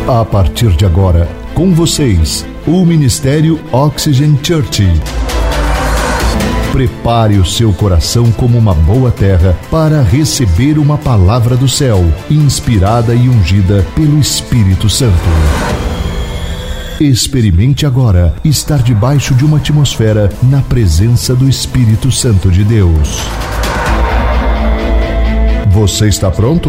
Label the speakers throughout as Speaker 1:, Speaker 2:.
Speaker 1: A partir de agora, com vocês, o Ministério Oxygen Church. Prepare o seu coração como uma boa terra para receber uma palavra do céu, inspirada e ungida pelo Espírito Santo. Experimente agora estar debaixo de uma atmosfera na presença do Espírito Santo de Deus. Você está pronto?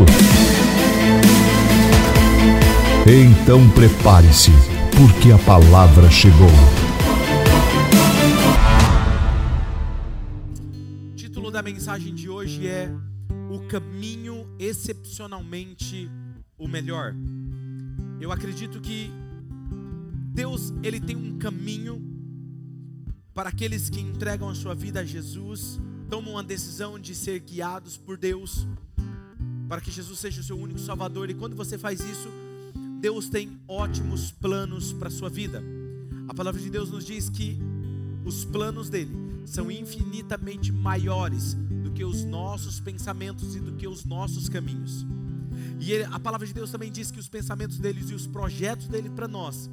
Speaker 1: Então prepare-se, porque a palavra chegou.
Speaker 2: O título da mensagem de hoje é O Caminho Excepcionalmente o Melhor. Eu acredito que Deus, Ele tem um caminho para aqueles que entregam a sua vida a Jesus, tomam a decisão de ser guiados por Deus, para que Jesus seja o seu único Salvador. E quando você faz isso, Deus tem ótimos planos para a sua vida. A palavra de Deus nos diz que os planos dele são infinitamente maiores do que os nossos pensamentos e do que os nossos caminhos. E a palavra de Deus também diz que os pensamentos deles e os projetos dele para nós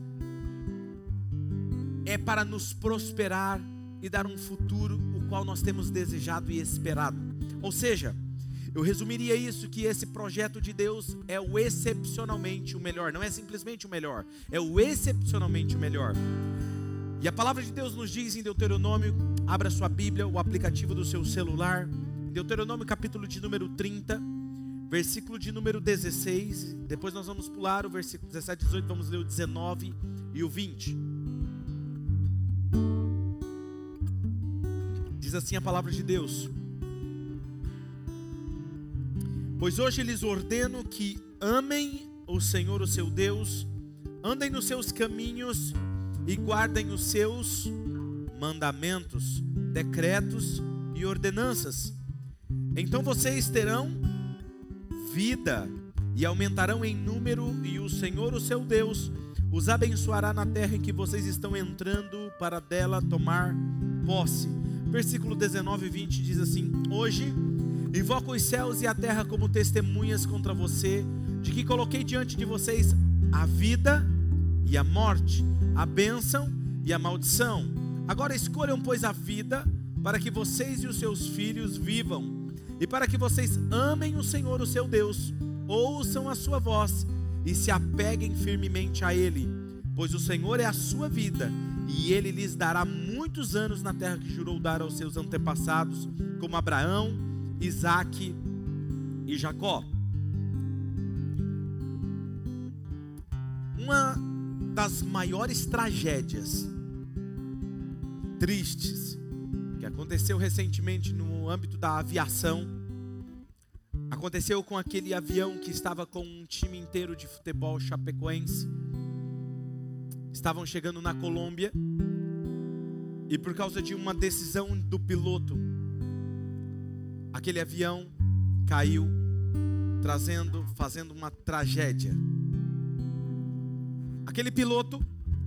Speaker 2: é para nos prosperar e dar um futuro o qual nós temos desejado e esperado. Ou seja, eu resumiria isso, que esse projeto de Deus é o excepcionalmente o melhor. Não é simplesmente o melhor, é o excepcionalmente o melhor. E a palavra de Deus nos diz em Deuteronômio, abra sua Bíblia, o aplicativo do seu celular, Deuteronômio capítulo de número 30, versículo de número 16, depois nós vamos pular o versículo 17 e 18, vamos ler o 19 e o 20. Diz assim a palavra de Deus: Pois hoje lhes ordeno que amem o Senhor, o seu Deus, andem nos seus caminhos e guardem os seus mandamentos, decretos e ordenanças. Então vocês terão vida e aumentarão em número, e o Senhor, o seu Deus, os abençoará na terra em que vocês estão entrando para dela tomar posse. Versículo 19 e 20 diz assim: Hoje invoco os céus e a terra como testemunhas contra você, de que coloquei diante de vocês a vida e a morte, a bênção e a maldição. Agora escolham, pois, a vida, para que vocês e os seus filhos vivam, e para que vocês amem o Senhor, o seu Deus, ouçam a sua voz e se apeguem firmemente a Ele, pois o Senhor é a sua vida, e Ele lhes dará muitos anos na terra que jurou dar aos seus antepassados, como Abraão, Isaque e Jacó. Uma das maiores tragédias tristes que aconteceu recentemente no âmbito da aviação aconteceu com aquele avião que estava com um time inteiro de futebol chapecoense. Estavam chegando na Colômbia e, por causa de uma decisão do piloto, aquele avião caiu, fazendo uma tragédia. Aquele piloto,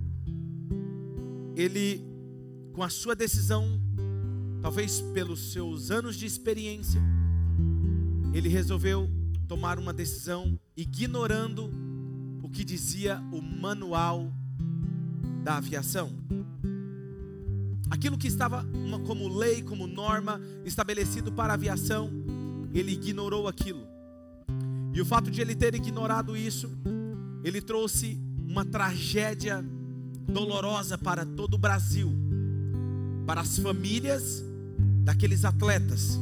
Speaker 2: ele, com a sua decisão, talvez pelos seus anos de experiência, ele resolveu tomar uma decisão ignorando o que dizia o manual da aviação. Aquilo que estava como lei, como norma estabelecido para a aviação, ele ignorou aquilo. E o fato de ele ter ignorado isso, ele trouxe uma tragédia dolorosa para todo o Brasil, para as famílias daqueles atletas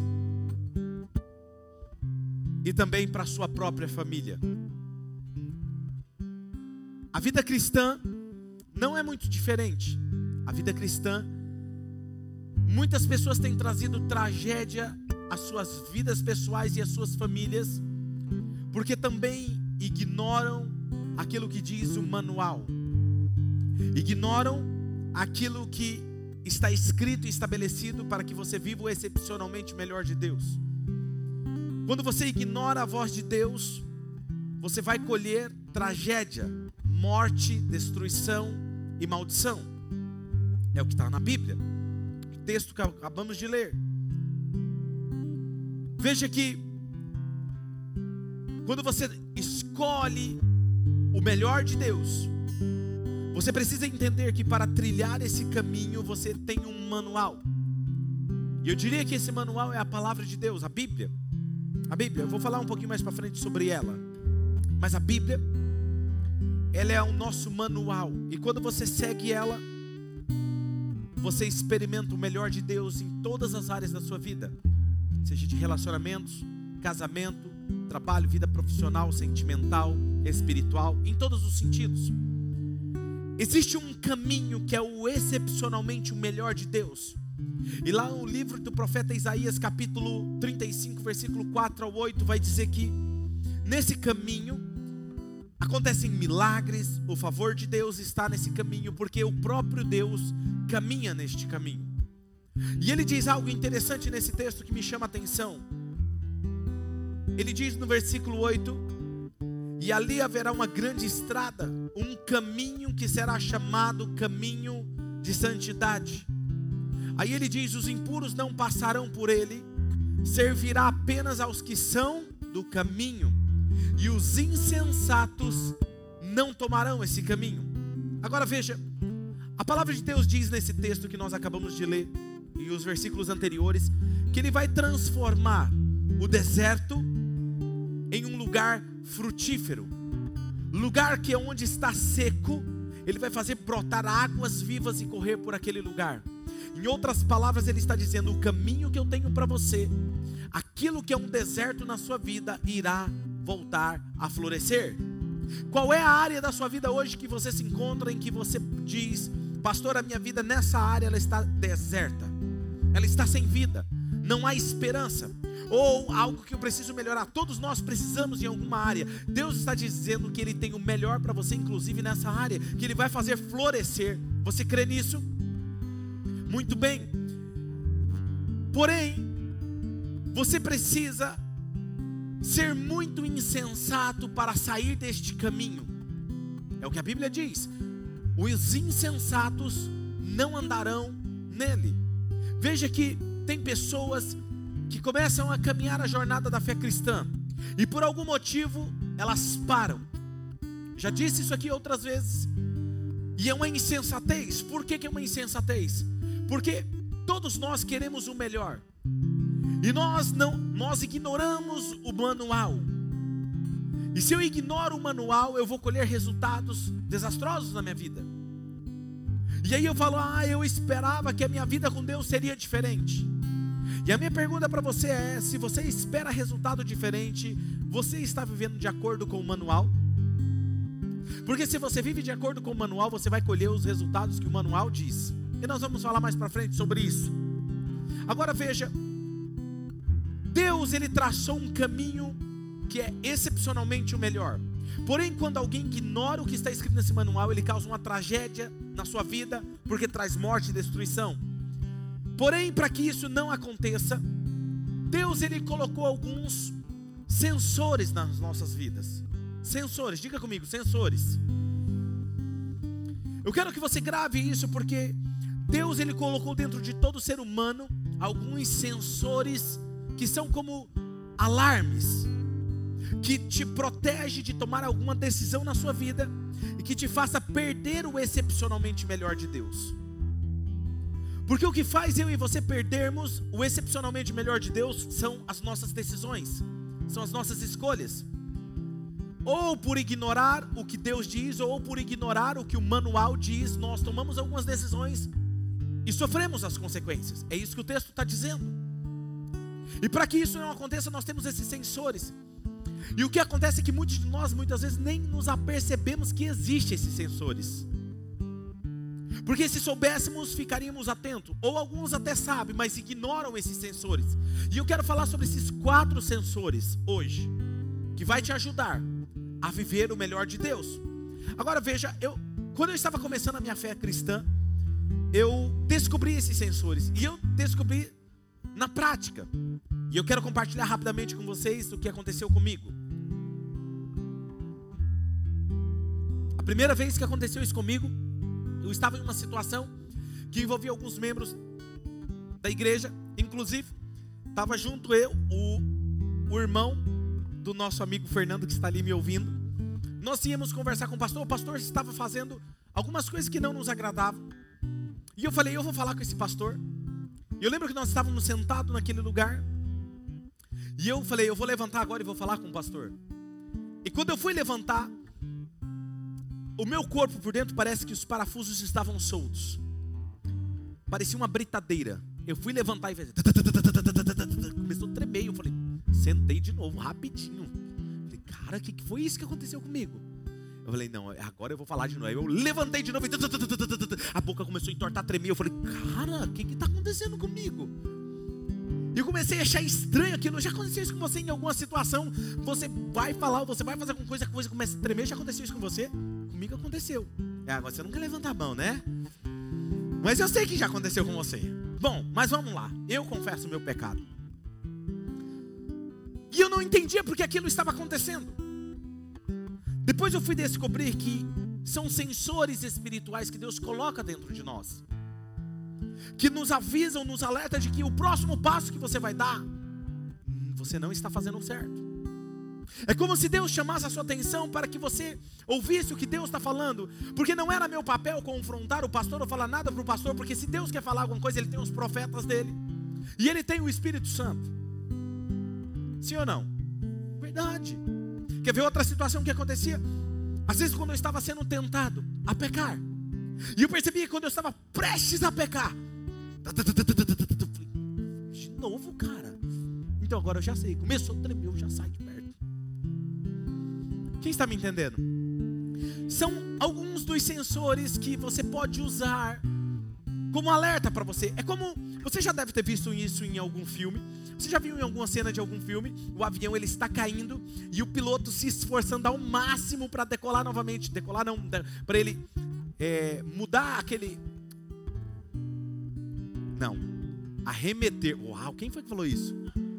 Speaker 2: e também para a sua própria família. A vida cristã não é muito diferente. A vida cristã, muitas pessoas têm trazido tragédia às suas vidas pessoais e às suas famílias, porque também ignoram aquilo que diz o manual, ignoram aquilo que está escrito e estabelecido para que você viva o excepcionalmente melhor de Deus. Quando você ignora a voz de Deus, você vai colher tragédia, morte, destruição e maldição. É o que está na Bíblia, o texto que acabamos de ler. Veja que quando você escolhe o melhor de Deus, você precisa entender que para trilhar esse caminho você tem um manual. E eu diria que esse manual é a palavra de Deus, a Bíblia. A Bíblia, eu vou falar um pouquinho mais para frente sobre ela. Mas a Bíblia, ela é o nosso manual. E quando você segue ela, você experimenta o melhor de Deus em todas as áreas da sua vida. Seja de relacionamentos, casamento, trabalho, vida profissional, sentimental, espiritual, em todos os sentidos. Existe um caminho que é o excepcionalmente o melhor de Deus. E lá no livro do profeta Isaías, capítulo 35, versículo 4 ao 8, vai dizer que nesse caminho acontecem milagres, o favor de Deus está nesse caminho, porque o próprio Deus caminha neste caminho. E ele diz algo interessante nesse texto que me chama a atenção. Ele diz no versículo 8: e ali haverá uma grande estrada, um caminho que será chamado caminho de santidade. Aí ele diz: os impuros não passarão por ele, servirá apenas aos que são do caminho, e os insensatos não tomarão esse caminho. Agora veja, a palavra de Deus diz nesse texto que nós acabamos de ler, e os versículos anteriores, que ele vai transformar o deserto em um lugar frutífero. Lugar que é onde está seco, ele vai fazer brotar águas vivas e correr por aquele lugar. Em outras palavras, ele está dizendo: o caminho que eu tenho para você, aquilo que é um deserto na sua vida, irá voltar a florescer. Qual é a área da sua vida hoje que você se encontra, em que você diz: pastor, a minha vida nessa área ela está deserta, ela está sem vida, não há esperança, ou algo que eu preciso melhorar? Todos nós precisamos em alguma área. Deus está dizendo que Ele tem o melhor para você, inclusive nessa área, que Ele vai fazer florescer. Você crê nisso? Muito bem. Porém, você precisa ser muito insensato para sair deste caminho. É o que a Bíblia diz: os insensatos não andarão nele. Veja que tem pessoas que começam a caminhar a jornada da fé cristã e por algum motivo elas param. Já disse isso aqui outras vezes. E é uma insensatez. Por que é uma insensatez? Porque todos nós queremos o melhor e nós ignoramos o manual. E se eu ignoro o manual, eu vou colher resultados desastrosos na minha vida. E aí eu falo: eu esperava que a minha vida com Deus seria diferente. E a minha pergunta para você é: se você espera resultado diferente, você está vivendo de acordo com o manual? Porque se você vive de acordo com o manual, você vai colher os resultados que o manual diz. E nós vamos falar mais para frente sobre isso. Agora veja, Deus ele traçou um caminho que é excepcionalmente o melhor. Porém, quando alguém ignora o que está escrito nesse manual, ele causa uma tragédia na sua vida, porque traz morte e destruição. Porém, para que isso não aconteça, Deus ele colocou alguns sensores nas nossas vidas. Sensores, diga comigo, sensores. Eu quero que você grave isso, porque Deus ele colocou dentro de todo ser humano alguns sensores que são como alarmes, que te protege de tomar alguma decisão na sua vida e que te faça perder o excepcionalmente melhor de Deus. Porque o que faz eu e você perdermos o excepcionalmente melhor de Deus são as nossas decisões, são as nossas escolhas. Ou por ignorar o que Deus diz, ou por ignorar o que o manual diz, nós tomamos algumas decisões e sofremos as consequências. É isso que o texto está dizendo. E para que isso não aconteça, nós temos esses sensores. E o que acontece é que muitos de nós, muitas vezes, nem nos apercebemos que existem esses sensores. Porque se soubéssemos, ficaríamos atentos. Ou alguns até sabem, mas ignoram esses sensores. E eu quero falar sobre esses 4 sensores hoje, que vai te ajudar a viver o melhor de Deus. Agora veja, quando eu estava começando a minha fé cristã, eu descobri esses sensores. E eu descobri na prática. E eu quero compartilhar rapidamente com vocês o que aconteceu comigo. A primeira vez que aconteceu isso comigo, eu estava em uma situação que envolvia alguns membros da igreja. Inclusive, estava junto o irmão do nosso amigo Fernando, que está ali me ouvindo. nós íamos conversar com o pastor estava fazendo algumas coisas que não nos agradavam. E eu falei, eu vou falar com esse pastor. E eu lembro que nós estávamos sentados naquele lugar. E eu falei, eu vou levantar agora e vou falar com o pastor. E quando eu fui levantar, o meu corpo por dentro parece que os parafusos estavam soltos. Parecia uma britadeira. Eu fui levantar e fez... Começou a tremer. Eu falei, sentei de novo, rapidinho. Falei, cara, o que foi isso que aconteceu comigo? Eu falei, não, agora eu vou falar de novo. Aí eu levantei de novo e a boca começou a entortar, a tremer. Eu falei, cara, o que está acontecendo comigo? E eu comecei a achar estranho aquilo. Já aconteceu isso com você em alguma situação? Você vai falar, você vai fazer alguma coisa, a coisa começa a tremer. Já aconteceu isso com você? Comigo aconteceu. Agora você nunca levanta a mão, né? Mas eu sei que já aconteceu com você. Bom, mas vamos lá. Eu confesso o meu pecado. E eu não entendia porque aquilo estava acontecendo. Depois eu fui descobrir que são sensores espirituais que Deus coloca dentro de nós, que nos avisam, nos alerta de que o próximo passo que você vai dar, você não está fazendo certo. É como se Deus chamasse a sua atenção para que você ouvisse o que Deus está falando. Porque não era meu papel confrontar o pastor ou falar nada para o pastor, porque se Deus quer falar alguma coisa, Ele tem os profetas dele. E Ele tem o Espírito Santo. Sim ou não? Verdade. Quer ver outra situação que acontecia? Às vezes quando eu estava sendo tentado a pecar, e eu percebia que quando eu estava prestes a pecar, de novo, cara. Então agora eu já sei, começou a tremer, eu já saio de perto. Quem está me entendendo? São alguns dos sensores que você pode usar como alerta para você. É como, você já deve ter visto isso em algum filme. Você já viu em alguma cena de algum filme? O avião ele está caindo e o piloto se esforçando ao máximo para decolar novamente. Decolar não, para ele mudar aquele... Não, arremeter. Uau, quem foi que falou isso?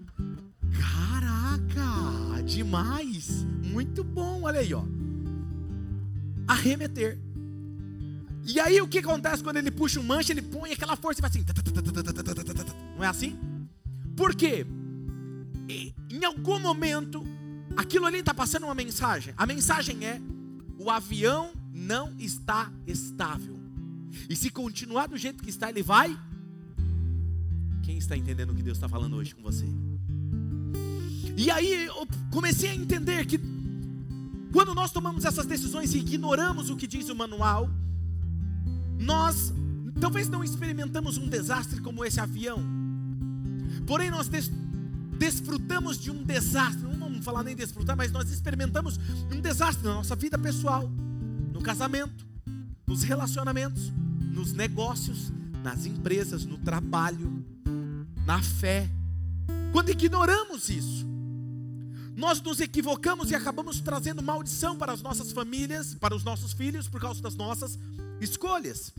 Speaker 2: Caraca, demais. Muito bom, olha aí, ó. Arremeter. E aí o que acontece quando ele puxa um manche? Ele põe aquela força e vai assim. Não é assim? Por quê? Em algum momento aquilo ali está passando uma mensagem. A mensagem é: o avião não está estável. E se continuar do jeito que está, ele vai... Quem está entendendo o que Deus está falando hoje com você? E aí eu comecei a entender que quando nós tomamos essas decisões e ignoramos o que diz o manual, nós talvez não experimentamos um desastre como esse avião, porém nós desfrutamos de um desastre. Não vamos falar nem desfrutar, mas nós experimentamos um desastre na nossa vida pessoal, no casamento, nos relacionamentos, nos negócios, nas empresas, no trabalho, na fé. Quando ignoramos isso, nós nos equivocamos e acabamos trazendo maldição para as nossas famílias, para os nossos filhos, por causa das nossas escolhas.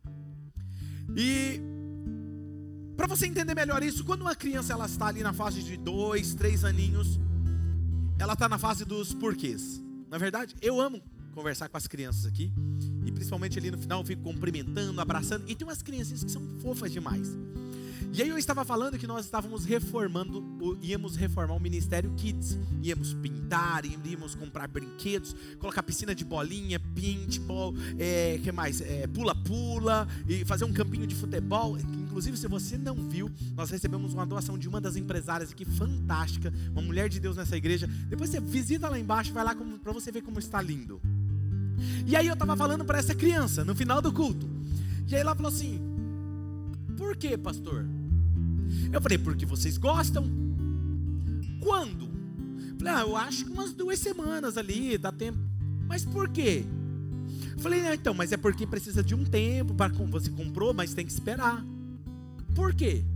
Speaker 2: E para você entender melhor isso, quando uma criança ela está ali na fase de 2, 3 aninhos, ela está na fase dos porquês. Na verdade, eu amo conversar com as crianças aqui, e principalmente ali no final eu fico cumprimentando, abraçando, e tem umas criancinhas que são fofas demais. E aí eu estava falando que nós estávamos íamos reformar o Ministério Kids. Íamos pintar, íamos comprar brinquedos, colocar piscina de bolinha, paintball, que mais? Pula-pula, e fazer um campinho de futebol. Inclusive, se você não viu, nós recebemos uma doação de uma das empresárias aqui, fantástica, uma mulher de Deus nessa igreja. Depois você visita lá embaixo, vai lá para você ver como está lindo. E aí eu estava falando para essa criança, no final do culto. E aí ela falou assim: por que, pastor? Eu falei: porque vocês gostam. Quando? Eu falei: eu acho que umas 2 semanas ali, dá tempo. Mas por quê? Eu falei: então, mas é porque precisa de um tempo, para você comprou, mas tem que esperar. Por quê?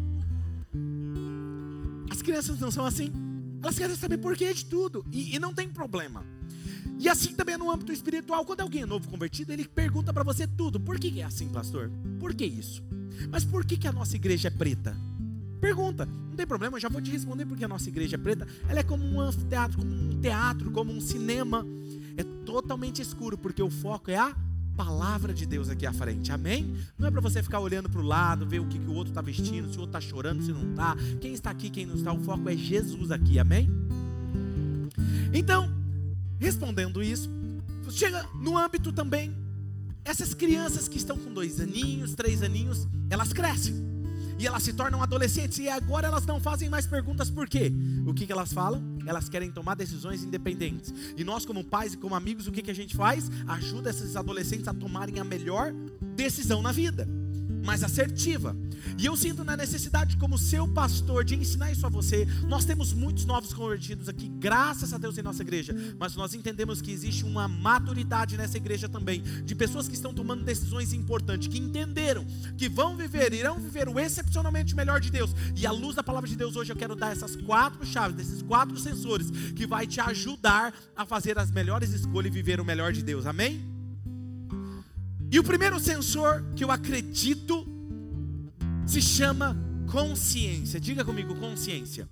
Speaker 2: As crianças não são assim. Elas querem saber por quê de tudo, e não tem problema. E assim também é no âmbito espiritual. Quando alguém é novo convertido, ele pergunta para você tudo. Por que é assim, pastor? Por que isso? Mas por que a nossa igreja é preta? Pergunta, não tem problema, eu já vou te responder porque a nossa igreja é preta. Ela é como um anfiteatro, como um teatro, como um cinema. É totalmente escuro, porque o foco é a palavra de Deus aqui à frente, amém? Não é para você ficar olhando para o lado, ver o que o outro está vestindo, se o outro está chorando, se não está, quem está aqui, quem não está. O foco é Jesus aqui, amém? Então, respondendo isso, chega no âmbito também, essas crianças que estão com 2 aninhos, 3 aninhos, elas crescem. E elas se tornam adolescentes. E agora elas não fazem mais perguntas por quê. O que elas falam? Elas querem tomar decisões independentes. E nós como pais e como amigos, o que a gente faz? Ajuda esses adolescentes a tomarem a melhor decisão na vida, mais assertiva. E eu sinto na necessidade, como seu pastor, de ensinar isso a você. Nós temos muitos novos convertidos aqui, graças a Deus, em nossa igreja. Mas nós entendemos que existe uma maturidade nessa igreja também, de pessoas que estão tomando decisões importantes, que entenderam que irão viver o excepcionalmente melhor de Deus. E à luz da palavra de Deus, hoje eu quero dar essas 4 chaves, desses 4 sensores, que vai te ajudar a fazer as melhores escolhas e viver o melhor de Deus. Amém? E o primeiro sensor que eu acredito se chama consciência. Diga comigo, consciência.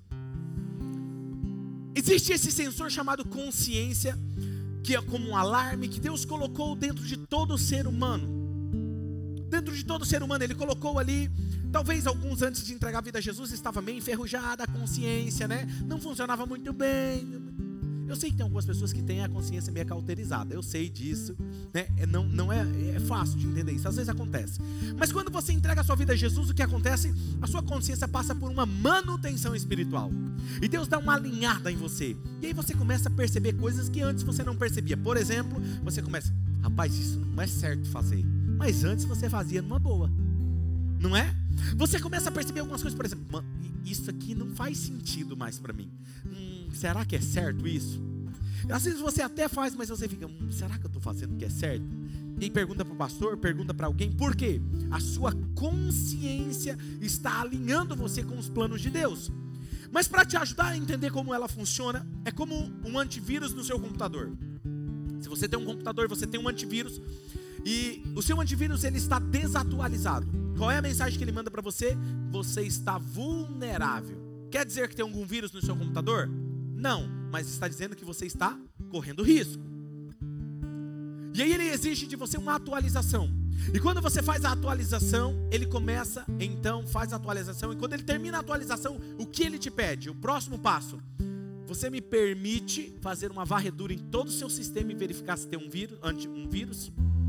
Speaker 2: Existe esse sensor chamado consciência, que é como um alarme que Deus colocou dentro de todo ser humano. Dentro de todo ser humano, Ele colocou ali. Talvez alguns antes de entregar a vida a Jesus estava meio enferrujada a consciência, né? Não funcionava muito bem. Eu sei que tem algumas pessoas que têm a consciência meio cauterizada. Eu sei disso, né? Não é fácil de entender isso. Às vezes acontece. Mas quando você entrega a sua vida a Jesus, o que acontece? A sua consciência passa por uma manutenção espiritual. E Deus dá uma alinhada em você. E aí você começa a perceber coisas que antes você não percebia. Por exemplo, você começa: rapaz, isso não é certo fazer. Mas antes você fazia numa boa. Não é? Você começa a perceber algumas coisas. Por exemplo, isso aqui não faz sentido mais para mim. Será que é certo isso? Às vezes você até faz, mas você fica: será que eu estou fazendo o que é certo? E aí pergunta para o pastor, pergunta para alguém. Por quê? A sua consciência está alinhando você com os planos de Deus. Mas para te ajudar a entender como ela funciona, é como um antivírus no seu computador. Se você tem um computador, você tem um antivírus, e o seu antivírus ele está desatualizado. Qual é a mensagem que ele manda para você? Você está vulnerável. Quer dizer que tem algum vírus no seu computador? Não, mas está dizendo que você está correndo risco. E aí ele exige de você uma atualização. E quando você faz a atualização, ele começa, então faz a atualização. E quando ele termina a atualização, o que ele te pede? O próximo passo: você me permite fazer uma varredura em todo o seu sistema e verificar se tem um vírus?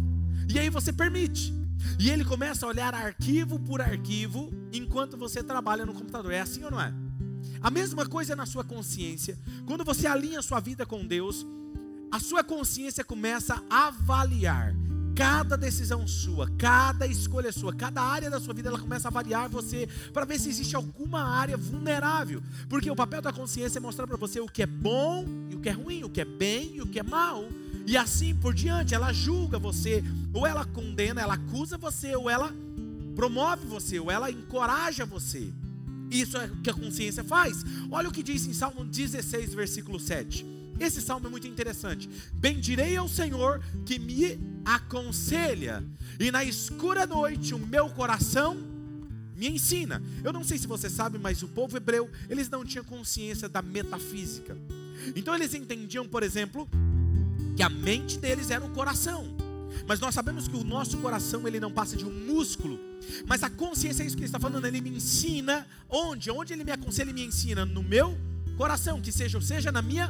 Speaker 2: E aí você permite. E ele começa a olhar arquivo por arquivo enquanto você trabalha no computador. É assim ou não é? A mesma coisa na sua consciência. Quando você alinha a sua vida com Deus, a sua consciência começa a avaliar cada decisão sua, cada escolha sua, cada área da sua vida. Ela começa a avaliar você para ver se existe alguma área vulnerável. Porque o papel da consciência é mostrar para você o que é bom e o que é ruim, o que é bem e o que é mal. E assim por diante. Ela julga você, ou ela condena, ela acusa você, ou ela promove você, ou ela encoraja você. Isso é o que a consciência faz. Olha o que diz em Salmo 16, versículo 7. Esse salmo é muito interessante. Bendirei ao Senhor que me aconselha, e na escura noite o meu coração me ensina. Eu não sei se você sabe, mas o povo hebreu, eles não tinham consciência da metafísica. Então eles entendiam, por exemplo, que a mente deles era o coração. Mas nós sabemos que o nosso coração, ele não passa de um músculo. Mas a consciência é isso que ele está falando. Ele me ensina onde? Onde ele me aconselha e me ensina? No meu coração, que seja, ou seja, na minha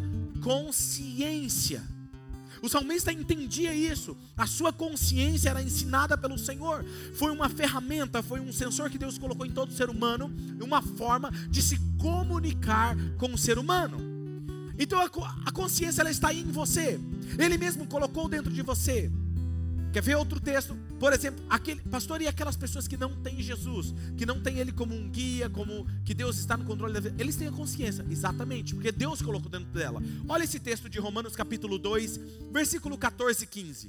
Speaker 2: consciência. O salmista entendia isso. A sua consciência era ensinada pelo Senhor. Foi uma ferramenta, foi um sensor que Deus colocou em todo ser humano, uma forma de se comunicar com o ser humano. Então a consciência, ela está aí em você. Ele mesmo colocou dentro de você. Quer ver outro texto? Por exemplo, pastor, e aquelas pessoas que não têm Jesus, que não têm Ele como um guia, como que Deus está no controle da vida, eles têm a consciência, exatamente, porque Deus colocou dentro dela. Olha esse texto de Romanos capítulo 2, versículo 14 e 15.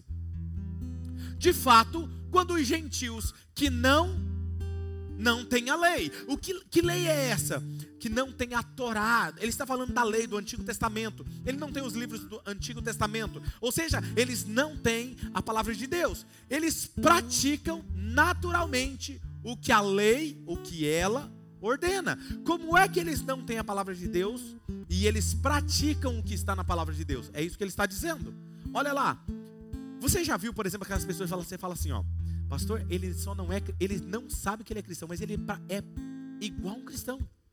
Speaker 2: De fato, quando os gentios que não têm a lei. Que lei é essa? Que não tem a Torá. Ele está falando da lei do Antigo Testamento. Ele não tem os livros do Antigo Testamento. Ou seja, eles não têm a palavra de Deus. Eles praticam naturalmente o que a lei, o que ela ordena. Como é que eles não têm a palavra de Deus e eles praticam o que está na palavra de Deus? É isso que ele está dizendo. Olha lá. Você já viu, por exemplo, aquelas pessoas que você fala assim, ó: pastor, ele não sabe que ele é cristão, mas ele é igual um cristão.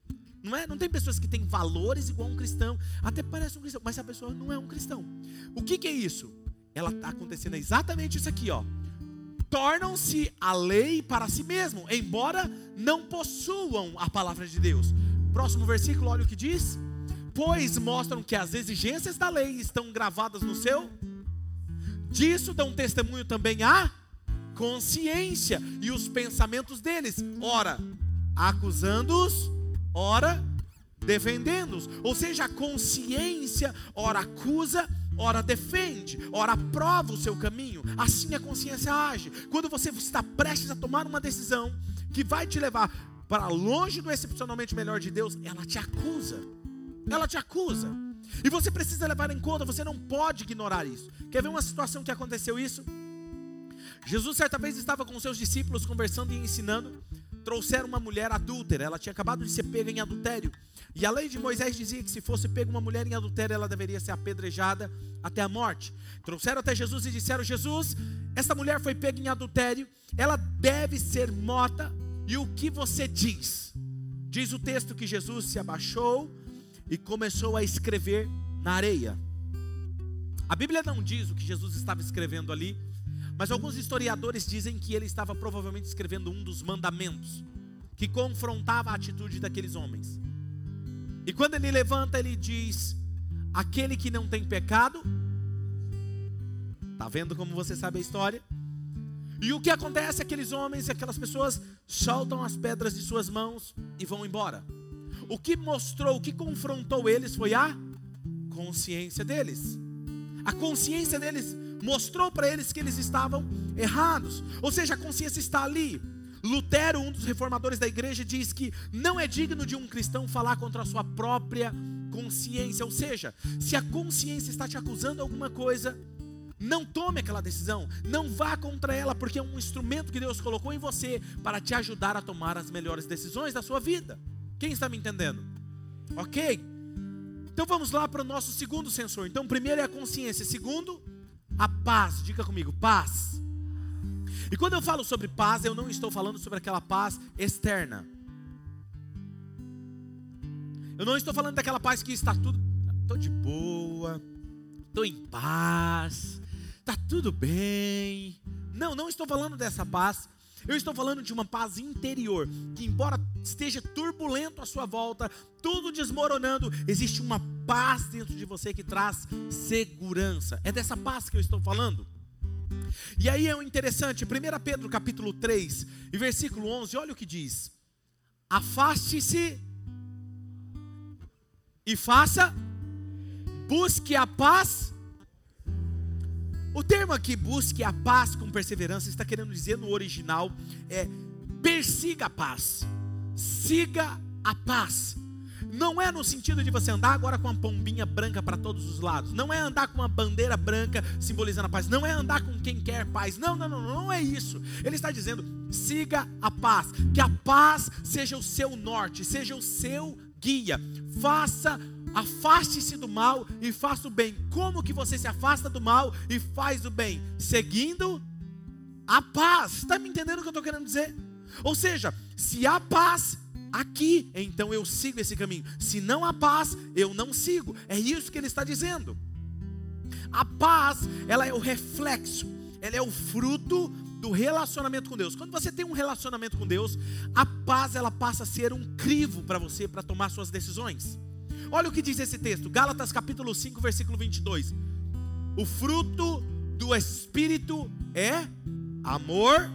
Speaker 2: Não é? Não tem pessoas que têm valores igual um cristão, até parece um cristão, mas a pessoa não é um cristão. O que é isso? Ela está acontecendo exatamente isso aqui, ó. Tornam-se a lei para si mesmo, embora não possuam a palavra de Deus. Próximo versículo, olha o que diz. Pois mostram que as exigências da lei estão gravadas no seu. Disso dão testemunho também a consciência e os pensamentos deles. Ora, acusando-os, ora, defendendo-os. Ou seja, a consciência, ora acusa, ora defende, ora prova o seu caminho. Assim a consciência age. Quando você está prestes a tomar uma decisão que vai te levar para longe do excepcionalmente melhor de Deus, ela te acusa. Ela te acusa. E você precisa levar em conta, você não pode ignorar isso. Quer ver uma situação que aconteceu isso? Jesus certa vez estava com seus discípulos conversando e ensinando. Trouxeram uma mulher adúltera, ela tinha acabado de ser pega em adultério. E a lei de Moisés dizia que se fosse pega uma mulher em adultério, ela deveria ser apedrejada até a morte. Trouxeram até Jesus e disseram: Jesus, essa mulher foi pega em adultério, ela deve ser morta, e o que você diz? Diz o texto que Jesus se abaixou e começou a escrever na areia. A Bíblia não diz o que Jesus estava escrevendo ali, mas alguns historiadores dizem que ele estava provavelmente escrevendo um dos mandamentos que confrontava a atitude daqueles homens. E quando ele levanta, ele diz: aquele que não tem pecado. Está vendo como você sabe a história? E o que acontece? Aqueles homens, aquelas pessoas soltam as pedras de suas mãos e vão embora. O que mostrou, o que confrontou eles foi a consciência deles. A consciência deles mostrou para eles que eles estavam errados. Ou seja, a consciência está ali. Lutero, um dos reformadores da igreja, diz que não é digno de um cristão falar contra a sua própria consciência. Ou seja, se a consciência está te acusando de alguma coisa, não tome aquela decisão, não vá contra ela, porque é um instrumento que Deus colocou em você para te ajudar a tomar as melhores decisões da sua vida. Quem está me entendendo? Ok? Então vamos lá para o nosso segundo sensor. Então primeiro é a consciência, segundo, a paz. Diga comigo, paz. E quando eu falo sobre paz, eu não estou falando sobre aquela paz externa. Eu não estou falando daquela paz que está tudo, estou de boa, estou em paz, está tudo bem. Não estou falando dessa paz. Eu estou falando de uma paz interior, que embora esteja turbulento à sua volta, tudo desmoronando, existe uma paz dentro de você que traz segurança. É dessa paz que eu estou falando. E aí é o interessante, 1 Pedro capítulo 3, e versículo 11, olha o que diz: afaste-se e faça, busque a paz. O termo aqui, busque a paz com perseverança, está querendo dizer no original, persiga a paz, siga a paz. Não é no sentido de você andar agora com uma pombinha branca para todos os lados. Não é andar com uma bandeira branca simbolizando a paz. Não é andar com quem quer paz. Não é isso. Ele está dizendo, siga a paz. Que a paz seja o seu norte, seja o seu guia. Afaste-se do mal e faça o bem. Como que você se afasta do mal e faz o bem? Seguindo a paz. Está me entendendo o que eu estou querendo dizer? Ou seja, se há paz aqui, então eu sigo esse caminho. Se não há paz, eu não sigo. É isso que ele está dizendo. A paz, ela é o reflexo, ela é o fruto do relacionamento com Deus. Quando você tem um relacionamento com Deus, a paz, ela passa a ser um crivo para você, para tomar suas decisões. Olha o que diz esse texto, Gálatas capítulo 5, versículo 22. O fruto do Espírito é amor,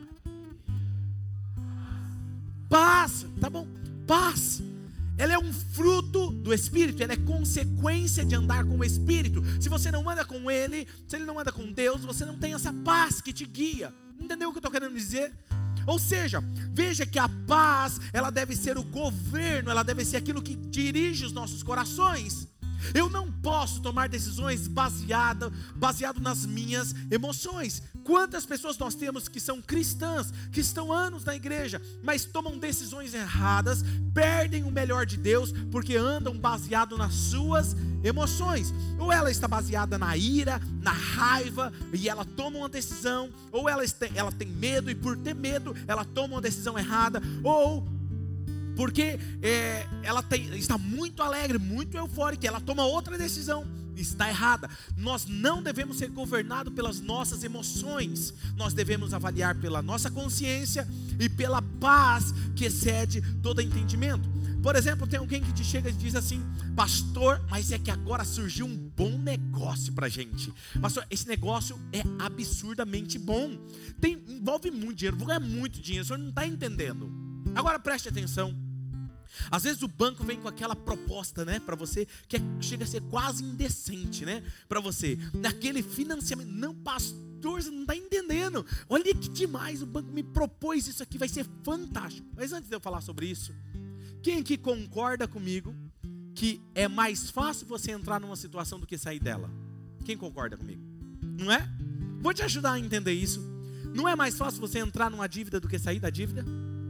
Speaker 2: paz, tá bom? Paz, ela é um fruto do Espírito, ela é consequência de andar com o Espírito. Se você não anda com Ele, se Ele não anda com Deus, você não tem essa paz que te guia. Entendeu o que eu estou querendo dizer? Ou seja, veja que a paz, ela deve ser o governo, ela deve ser aquilo que dirige os nossos corações. Eu não posso tomar decisões baseado nas minhas emoções. Quantas pessoas nós temos que são cristãs, que estão anos na igreja, mas tomam decisões erradas, perdem o melhor de Deus, porque andam baseado nas suas emoções. Ou ela está baseada na ira, na raiva, e ela toma uma decisão, ou ela tem medo, e por ter medo, ela toma uma decisão errada, ou porque ela está muito alegre, muito eufórica, ela toma outra decisão, está errada. Nós não devemos ser governados pelas nossas emoções, nós devemos avaliar pela nossa consciência e pela paz que excede todo entendimento. Por exemplo, tem alguém que te chega e diz assim: pastor, mas é que agora surgiu um bom negócio pra gente. Pastor, esse negócio é absurdamente bom, envolve muito dinheiro, vou ganhar muito dinheiro, o senhor não está entendendo. Agora preste atenção. Às vezes o banco vem com aquela proposta, né, para você, que chega a ser quase indecente, né, para você, naquele financiamento. Não, pastor, você não está entendendo. Olha que demais, o banco me propôs isso aqui, vai ser fantástico. Mas antes de eu falar sobre isso, quem aqui concorda comigo que é mais fácil você entrar numa situação do que sair dela? Quem concorda comigo? Não é? Vou te ajudar a entender isso. Não é mais fácil você entrar numa dívida do que sair da dívida?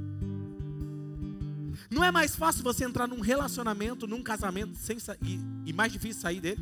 Speaker 2: Não é mais fácil você entrar num relacionamento, num casamento e mais difícil sair dele?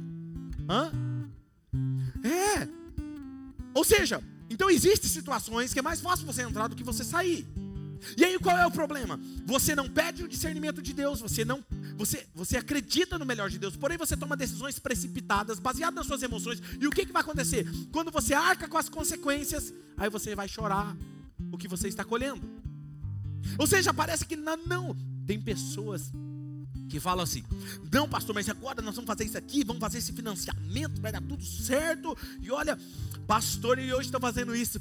Speaker 2: Ou seja, então existem situações que é mais fácil você entrar do que você sair. E aí qual é o problema? Você não pede o discernimento de Deus, você acredita no melhor de Deus, porém você toma decisões precipitadas, baseadas nas suas emoções. E o que vai acontecer? Quando você arca com as consequências, aí você vai chorar o que você está colhendo. Ou seja, parece que não. Tem pessoas que falam assim: não, pastor, mas agora nós vamos fazer isso aqui, vamos fazer esse financiamento, vai dar tudo certo. E olha, pastor, e hoje estão fazendo isso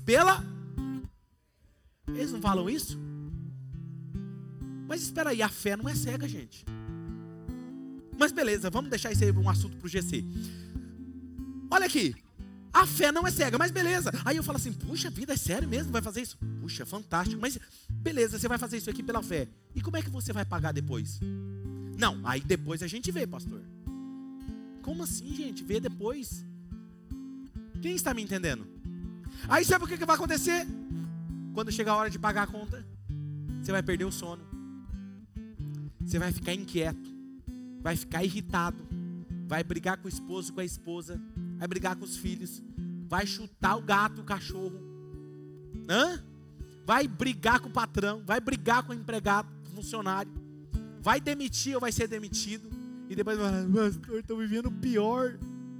Speaker 2: Eles não falam isso? Mas espera aí, a fé não é cega, gente. Mas beleza, vamos deixar isso aí um assunto para o GC. Olha aqui, a fé não é cega, mas beleza. Aí eu falo assim: puxa vida, é sério mesmo? Vai fazer isso? Puxa, fantástico, mas beleza, você vai fazer isso aqui pela fé. E como é que você vai pagar depois? Não, aí depois a gente vê, pastor. Como assim, gente? Vê depois? Quem está me entendendo? Aí sabe o que vai acontecer? Quando chegar a hora de pagar a conta, você vai perder o sono. Você vai ficar inquieto, vai ficar irritado, vai brigar com o esposo, com a esposa, vai brigar com os filhos, vai chutar o gato, o cachorro, vai brigar com o patrão, vai brigar com o empregado, com o funcionário, vai demitir ou vai ser demitido, e depois vai falar: pastor, estou vivendo pior.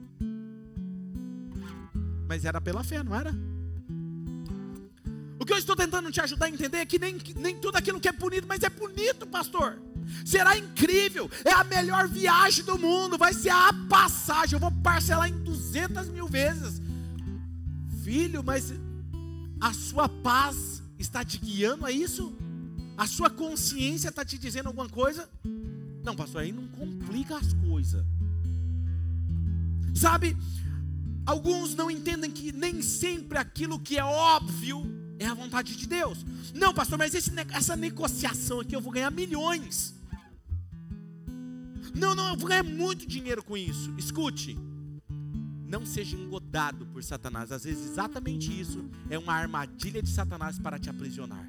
Speaker 2: Mas era pela fé, não era? O que eu estou tentando te ajudar a entender é que nem tudo aquilo que é bonito, mas é bonito, pastor. Será incrível, é a melhor viagem do mundo, vai ser a passagem, eu vou parcelar em 200 mil vezes. Filho, mas a sua paz está te guiando a isso? A sua consciência está te dizendo alguma coisa? Não, pastor, aí não complica as coisas. Sabe, alguns não entendem que nem sempre aquilo que é óbvio é a vontade de Deus. Não, pastor, mas essa negociação aqui eu vou ganhar milhões. Não, eu vou ganhar muito dinheiro com isso. Escute, não seja engodado por Satanás. Às vezes exatamente isso é uma armadilha de Satanás para te aprisionar.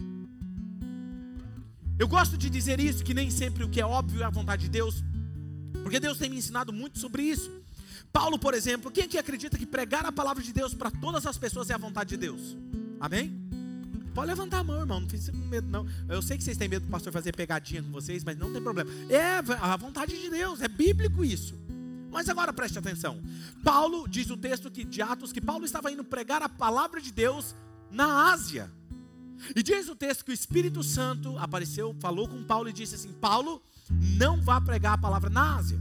Speaker 2: Eu gosto de dizer isso, que nem sempre o que é óbvio é a vontade de Deus, porque Deus tem me ensinado muito sobre isso. Paulo, por exemplo, quem aqui acredita que pregar a palavra de Deus para todas as pessoas é a vontade de Deus? Amém? Pode levantar a mão, irmão, não fique com medo não. Eu sei que vocês têm medo do pastor fazer pegadinha com vocês, mas não tem problema. É a vontade de Deus, é bíblico isso. Mas agora preste atenção. Paulo, diz o texto de Atos, que Paulo estava indo pregar a palavra de Deus na Ásia. E diz o texto que o Espírito Santo apareceu, falou com Paulo e disse assim: Paulo, não vá pregar a palavra na Ásia.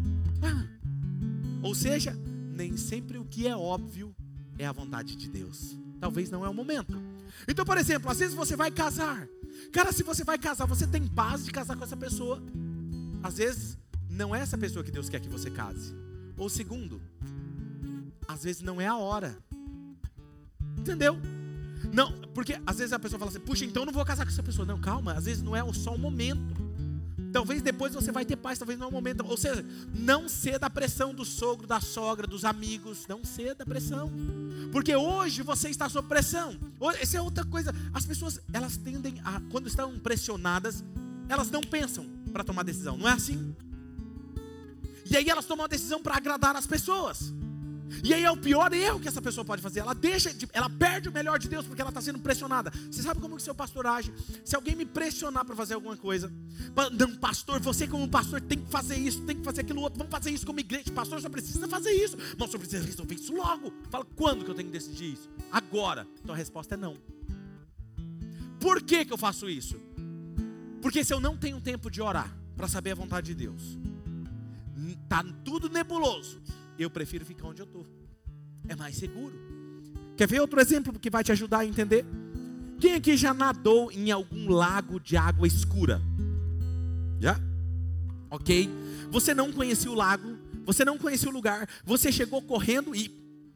Speaker 2: Ou seja, nem sempre o que é óbvio é a vontade de Deus. Talvez não é o momento. Então, por exemplo, às vezes você vai casar. Cara, se você vai casar, você tem paz de casar com essa pessoa. Às vezes, não é essa pessoa que Deus quer que você case. Ou segundo, às vezes não é a hora. Entendeu? Não, porque às vezes a pessoa fala assim: puxa, então eu não vou casar com essa pessoa. Não, calma, às vezes não é só o momento. Talvez depois você vai ter paz, talvez não é o momento. Ou seja, não ceda à pressão do sogro, da sogra, dos amigos. Não ceda à pressão. Porque hoje você está sob pressão. Essa é outra coisa. As pessoas, elas tendem a, quando estão pressionadas, elas não pensam para tomar decisão. Não é assim? E aí elas tomam a decisão para agradar as pessoas. E aí é o pior erro que essa pessoa pode fazer. Ela perde o melhor de Deus porque ela está sendo pressionada. Você sabe como que seu pastor age? Se alguém me pressionar para fazer alguma coisa, não, pastor, você como pastor tem que fazer isso, tem que fazer aquilo outro, vamos fazer isso como igreja. Pastor, só precisa fazer isso. Não, só precisa resolver isso logo. Fala, quando que eu tenho que decidir isso? Agora. Então a resposta é não. Por que que eu faço isso? Porque se eu não tenho tempo de orar para saber a vontade de Deus, está tudo nebuloso, eu prefiro ficar onde eu estou. É mais seguro. Quer ver outro exemplo que vai te ajudar a entender? Quem aqui já nadou em algum lago de água escura? Já? Ok. Você não conhecia o lago, você não conhecia o lugar, você chegou correndo e...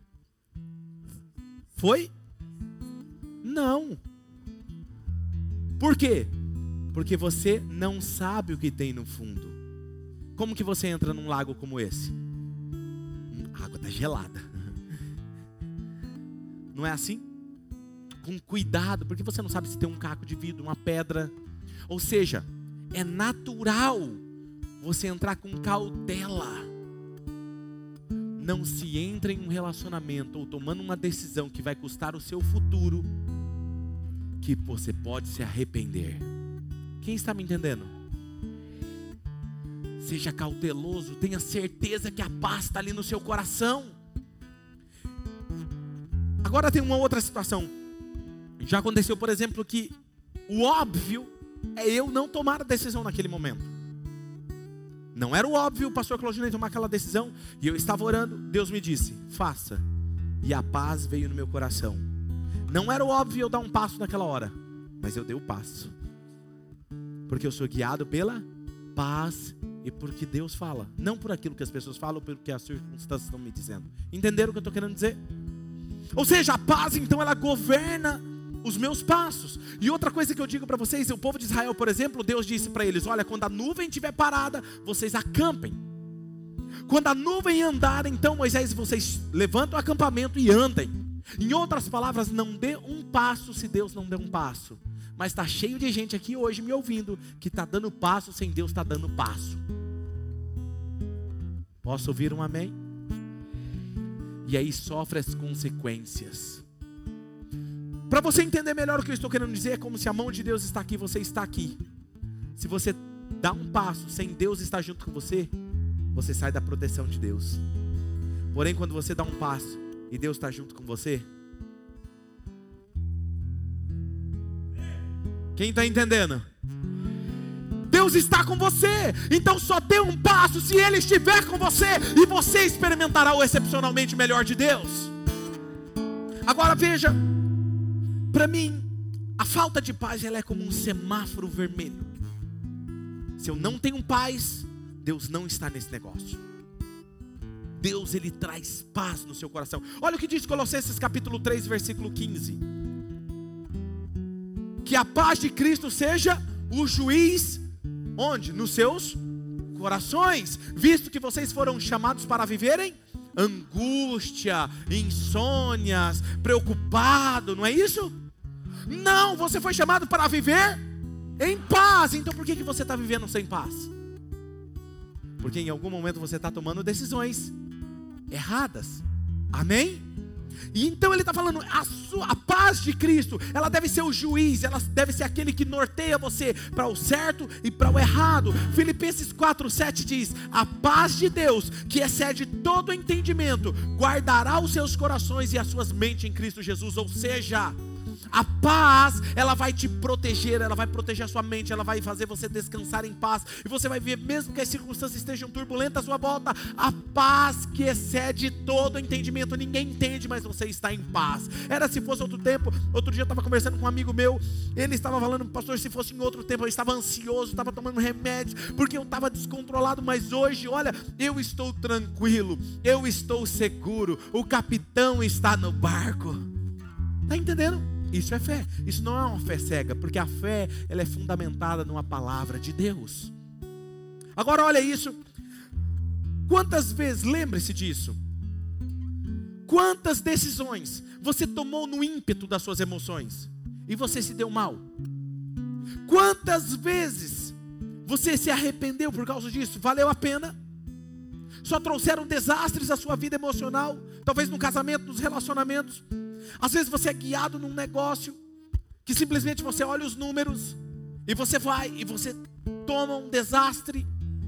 Speaker 2: Foi? Não. Por quê? Porque você não sabe o que tem no fundo. Como que você entra num lago como esse? A água está gelada. Não é assim? Com cuidado, porque você não sabe se tem um caco de vidro, uma pedra. Ou seja, é natural você entrar com cautela. Não se entre em um relacionamento ou tomando uma decisão que vai custar o seu futuro, que você pode se arrepender. Quem está me entendendo? Seja cauteloso, tenha certeza que a paz está ali no seu coração. Agora tem uma outra situação. Já aconteceu, por exemplo, que o óbvio é eu não tomar a decisão naquele momento. Não era o óbvio o pastor Claudinei tomar aquela decisão, e eu estava orando, Deus me disse, faça. E a paz veio no meu coração. Não era o óbvio eu dar um passo naquela hora, mas eu dei o passo. Porque eu sou guiado pela paz e porque Deus fala. Não por aquilo que as pessoas falam, pelo que as circunstâncias estão me dizendo. Entenderam o que eu estou querendo dizer? Ou seja, a paz então ela governa os meus passos. E outra coisa que eu digo para vocês, o povo de Israel, por exemplo, Deus disse para eles, olha, quando a nuvem estiver parada, vocês acampem. Quando a nuvem andar, então Moisés, vocês levantam o acampamento e andem. Em outras palavras, não dê um passo se Deus não der um passo. Mas está cheio de gente aqui hoje me ouvindo que está dando passo sem Deus estar dando passo. Posso ouvir um amém? E aí sofre as consequências. Para você entender melhor o que eu estou querendo dizer, é como se a mão de Deus está aqui, você está aqui. Se você dá um passo sem Deus estar junto com você, você sai da proteção de Deus. Porém, quando você dá um passo e Deus está junto com você, quem está entendendo? Deus está com você. Então só dê um passo se Ele estiver com você, e você experimentará o excepcionalmente melhor de Deus. Agora veja, para mim, a falta de paz ela é como um semáforo vermelho. Se eu não tenho paz, Deus não está nesse negócio. Deus, Ele traz paz no seu coração. Olha o que diz Colossenses capítulo 3, versículo 15. Que a paz de Cristo seja o juiz, onde? Nos seus corações, visto que vocês foram chamados para viverem angústia, insônias, preocupado, não é isso? Não, você foi chamado para viver em paz. Então por que você está vivendo sem paz? Porque em algum momento você está tomando decisões erradas. Amém? E então ele está falando, a paz de Cristo, ela deve ser o juiz, ela deve ser aquele que norteia você para o certo e para o errado. Filipenses 4:7 diz, a paz de Deus, que excede todo entendimento, guardará os seus corações e as suas mentes em Cristo Jesus. Ou seja, a paz, ela vai te proteger, ela vai proteger a sua mente, ela vai fazer você descansar em paz, e você vai ver, mesmo que as circunstâncias estejam turbulentas à sua volta, a paz que excede todo entendimento. Ninguém entende, mas você está em paz. Era se fosse outro tempo. Outro dia eu estava conversando com um amigo meu, ele estava falando, pastor, se fosse em outro tempo eu estava ansioso, estava tomando remédios, porque eu estava descontrolado, mas hoje, olha, eu estou tranquilo, eu estou seguro, o capitão está no barco. Está entendendo? Isso é fé. Isso não é uma fé cega, porque a fé, ela é fundamentada numa palavra de Deus. Agora olha isso. Quantas vezes, lembre-se disso, quantas decisões você tomou no ímpeto das suas emoções e você se deu mal? Quantas vezes você se arrependeu por causa disso? Valeu a pena? só trouxeram desastres à sua vida emocional, talvez no casamento, nos relacionamentos. Às vezes você é guiado num negócio que simplesmente você olha os números e você vai e você toma um desastre.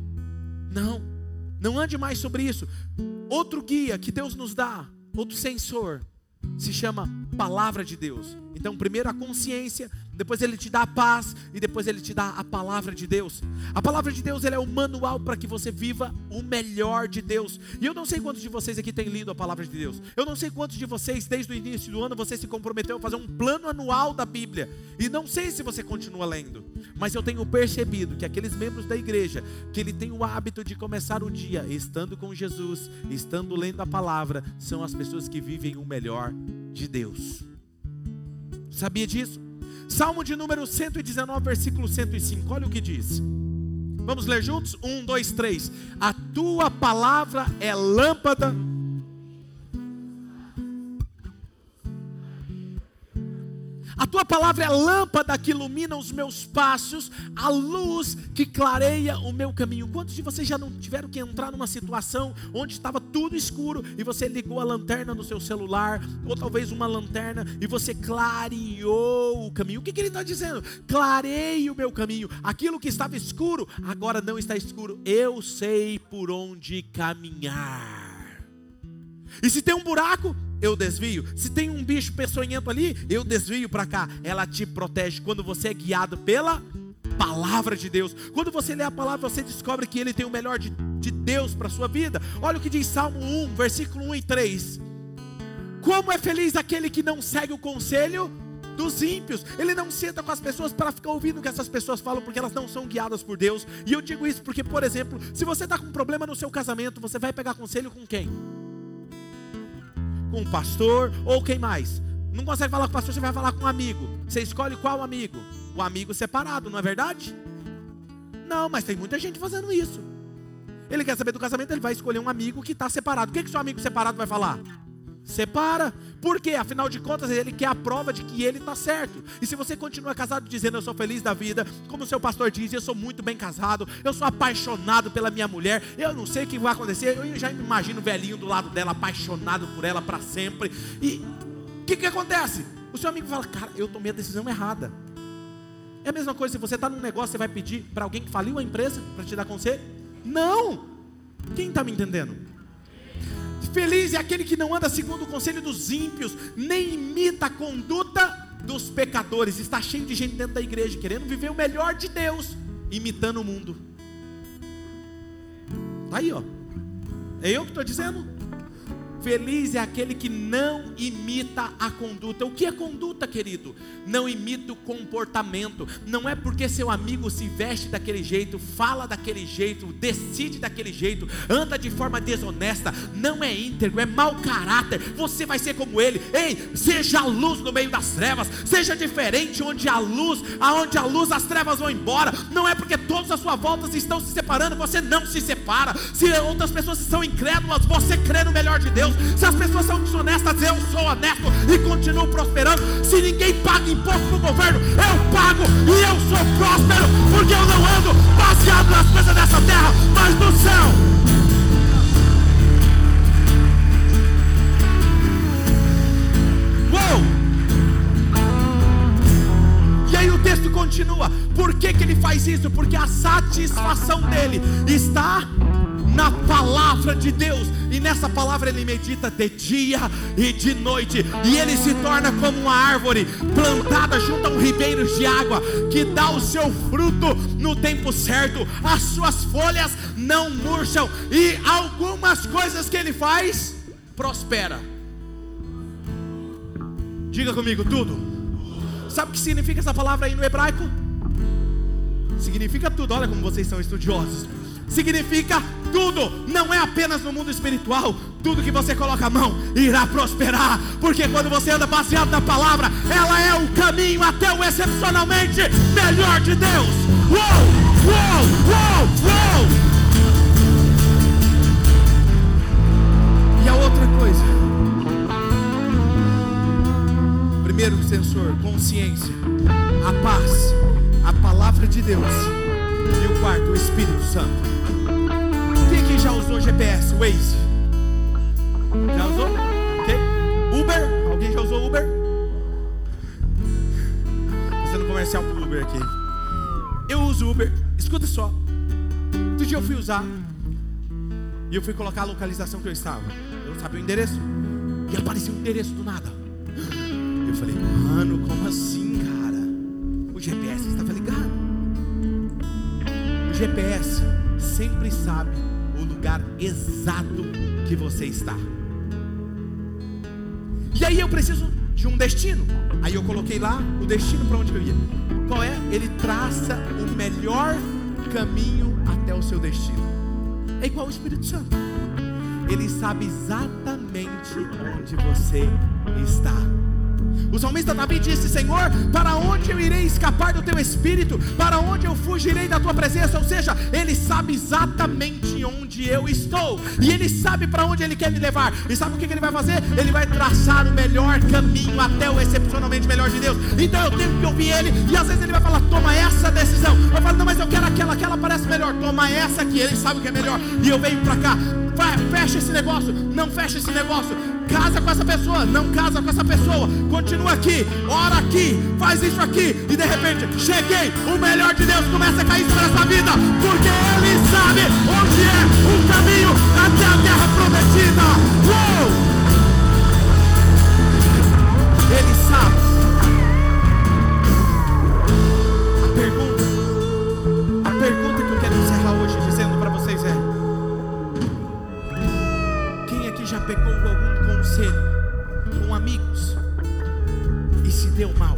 Speaker 2: Não ande mais sobre isso. Outro guia que Deus nos dá, outro sensor, se chama Palavra de Deus. Então primeiro a consciência, depois Ele te dá a paz e depois Ele te dá a Palavra de Deus. A Palavra de Deus, ela é o manual para que você viva o melhor de Deus. E eu não sei quantos de vocês aqui têm lido a Palavra de Deus. Eu não sei quantos de vocês, desde o início do ano, você se comprometeu a fazer um plano anual da Bíblia. E não sei se você continua lendo, mas eu tenho percebido que aqueles membros da igreja, que ele tem o hábito de começar o dia estando com Jesus, estando lendo a Palavra, são as pessoas que vivem o melhor de Deus. Sabia disso? Salmo de número 119, versículo 105. Olha o que diz. Vamos ler juntos? 1, 2, 3. A tua palavra é lâmpada. A tua palavra é lâmpada que ilumina os meus passos, a luz que clareia o meu caminho. Quantos de vocês já não tiveram que entrar numa situação onde estava tudo escuro e você ligou a lanterna no seu celular, ou talvez uma lanterna, e você clareou o caminho? O que ele está dizendo? Clarei o meu caminho. Aquilo que estava escuro, agora não está escuro. Eu sei por onde caminhar. E se tem um buraco, eu desvio. Se tem um bicho peçonhento ali, eu desvio para cá. Ela te protege quando você é guiado pela palavra de Deus. Quando você lê a palavra, você descobre que Ele tem o melhor de Deus para a sua vida. Olha o que diz Salmo 1, versículo 1 e 3. Como é feliz aquele que não segue o conselho dos ímpios. Ele não senta com as pessoas para ficar ouvindo o que essas pessoas falam, porque elas não são guiadas por Deus. E eu digo isso porque, por exemplo, se você está com um problema no seu casamento, você vai pegar conselho com quem? Com o pastor ou quem mais? Não consegue falar com o pastor, você vai falar com um amigo. Você escolhe qual amigo? O amigo separado, não é verdade? Não, mas tem muita gente fazendo isso. Ele quer saber do casamento, ele vai escolher um amigo que está separado. O que seu amigo separado vai falar? Separa. Por quê? Afinal de contas, ele quer a prova de que ele está certo. E se você continua casado dizendo eu sou feliz da vida, como o seu pastor diz, eu sou muito bem casado, eu sou apaixonado pela minha mulher, eu não sei o que vai acontecer, eu já me imagino o velhinho do lado dela, apaixonado por ela para sempre. E o que acontece? O seu amigo fala, cara, eu tomei a decisão errada. É a mesma coisa, se você está num negócio, você vai pedir para alguém que faliu a empresa para te dar conselho? Não! Quem está me entendendo? Feliz é aquele que não anda segundo o conselho dos ímpios, nem imita a conduta dos pecadores. Está cheio de gente dentro da igreja querendo viver o melhor de Deus, imitando o mundo. Está aí, ó. É eu que estou dizendo. Feliz é aquele que não imita a conduta. O que é conduta, querido? Não imita o comportamento. Não é porque seu amigo se veste daquele jeito, fala daquele jeito, decide daquele jeito, anda de forma desonesta, não é íntegro, é mau caráter. Você vai ser como ele. Ei, seja a luz no meio das trevas. Seja diferente onde há luz, aonde há luz as trevas vão embora. Não é porque todos à sua volta estão se separando, você não se separa. Se outras pessoas são incrédulas, você crê no melhor de Deus. Se as pessoas são desonestas, eu sou honesto e continuo prosperando. Se ninguém paga imposto no governo, eu pago e eu sou próspero, porque eu não ando baseado nas coisas dessa terra, mas do céu. Uou! E aí o texto continua. Por que ele faz isso? Porque a satisfação dele está na palavra de Deus, e nessa palavra ele medita de dia e de noite, e ele se torna como uma árvore plantada junto a um ribeiro de água, que dá o seu fruto no tempo certo, as suas folhas não murcham, e algumas coisas que ele faz, prospera. Diga comigo, tudo. Sabe o que significa essa palavra aí no hebraico? Significa tudo. Olha como vocês são estudiosos. Significa tudo, não é apenas no mundo espiritual. Tudo que você coloca a mão irá prosperar, porque quando você anda baseado na palavra, ela é o caminho até o excepcionalmente melhor de Deus. Uou, uou, uou, uou. E a outra coisa, primeiro sensor, consciência, a paz, a palavra de Deus, e o quarto, o Espírito Santo. Quem aqui já usou GPS, Waze? Já usou? Ok? Uber? Alguém já usou Uber? Fazendo comercial pro Uber aqui. Eu uso Uber. Escuta só. Outro dia eu fui usar e eu fui colocar a localização que eu estava. Eu não sabia o endereço. E apareceu um endereço do nada. Eu falei, mano, como assim, cara? O GPS estava ligado. O GPS sempre sabe o lugar exato que você está. E aí eu preciso de um destino. Aí eu coloquei lá o destino para onde eu ia. Qual é? Ele traça o melhor caminho até o seu destino. É igual o Espírito Santo. Ele sabe exatamente onde você está. O salmista Davi disse: Senhor, para onde eu irei escapar do teu espírito? Para onde eu fugirei da tua presença? Ou seja, ele sabe exatamente onde eu estou. E ele sabe para onde ele quer me levar. E sabe o que ele vai fazer? Ele vai traçar o melhor caminho até o excepcionalmente melhor de Deus. Então eu tenho que ouvir ele. E às vezes ele vai falar, toma essa decisão. Eu falo, não, mas eu quero aquela parece melhor. Toma essa aqui, ele sabe o que é melhor. E eu venho para cá. Fecha esse negócio, não fecha esse negócio. Casa com essa pessoa, não casa com essa pessoa. Continua aqui, ora aqui, faz isso aqui. E de repente, cheguei, o melhor de Deus começa a cair sobre essa vida. Porque Ele sabe onde é o caminho até a terra prometida. Uou! Ele sabe. A pergunta que eu quero encerrar hoje dizendo para vocês é: quem aqui já pegou algum conselho com amigos e se deu mal?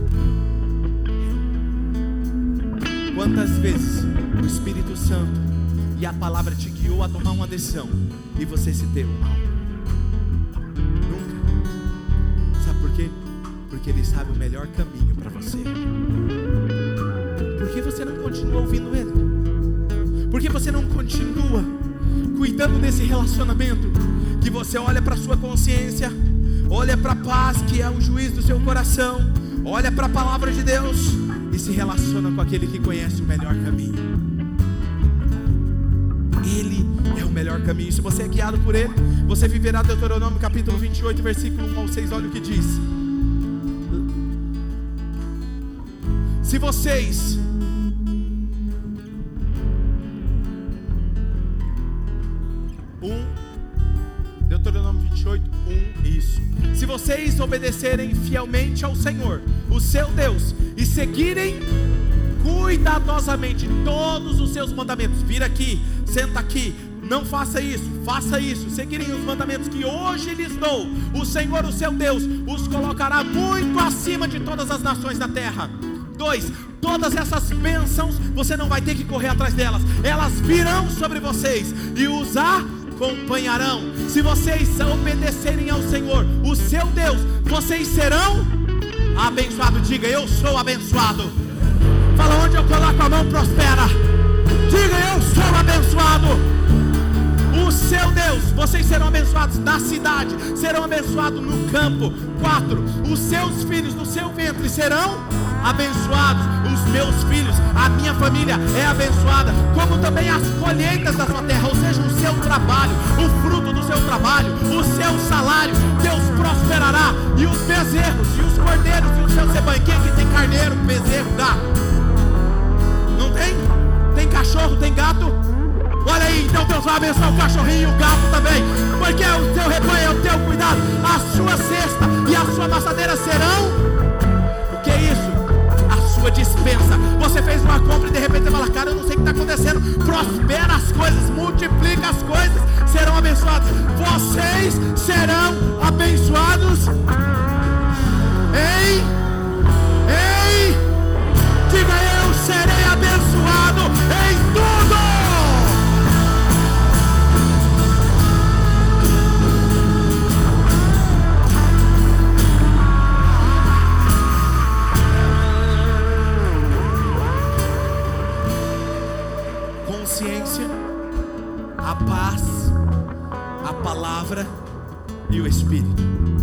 Speaker 2: Quantas vezes o Espírito Santo e a palavra te guiou a tomar uma decisão e você se deu mal? Nunca. Sabe por quê? Porque Ele sabe o melhor caminho para você. Por que você não continua ouvindo Ele? Por que você não continua cuidando desse relacionamento? Que você olha para a sua consciência, olha para a paz que é o juiz do seu coração, olha para a palavra de Deus e se relaciona com aquele que conhece o melhor caminho. Ele é o melhor caminho. Se você é guiado por Ele, você viverá. Deuteronômio capítulo 28, versículo 1 ao 6, olha o que diz. Se vocês Deuteronômio 28, 1, isso. Se vocês obedecerem fielmente ao Senhor, o seu Deus, e seguirem cuidadosamente todos os seus mandamentos, vira aqui, senta aqui, não faça isso, seguirem os mandamentos que hoje lhes dou, o Senhor, o seu Deus, os colocará muito acima de todas as nações da terra. 2, todas essas bênçãos, você não vai ter que correr atrás delas, elas virão sobre vocês e os acompanharão. Se vocês obedecerem ao Senhor, o seu Deus, vocês serão abençoados. Diga, eu sou abençoado. Fala, onde eu coloco a mão prospera. Diga, eu sou abençoado. O seu Deus, vocês serão abençoados na cidade, serão abençoados no campo. 4, os seus filhos do seu ventre serão abençoados. Os meus filhos, a minha família é abençoada, como também as colheitas da sua terra, ou seja, o seu trabalho, o fruto do seu trabalho, o seu salário, Deus prosperará. E os bezerros, e os cordeiros, e os seus rebanhos. Quem aqui tem carneiro, bezerro, gato? Não tem? Tem cachorro, tem gato? Olha aí, então Deus vai abençoar o cachorrinho e o gato também, porque o teu rebanho é o teu cuidado. A sua cesta e a sua amassadeira serão, o que é isso? A sua dispensa. Você fez uma compra e de repente você fala, cara, eu não sei o que está acontecendo. Prospera as coisas, multiplica as coisas, serão abençoados. Vocês serão abençoados. Ei, diga, eu serei abençoado em tudo. Consciência, a paz, a palavra e o Espírito.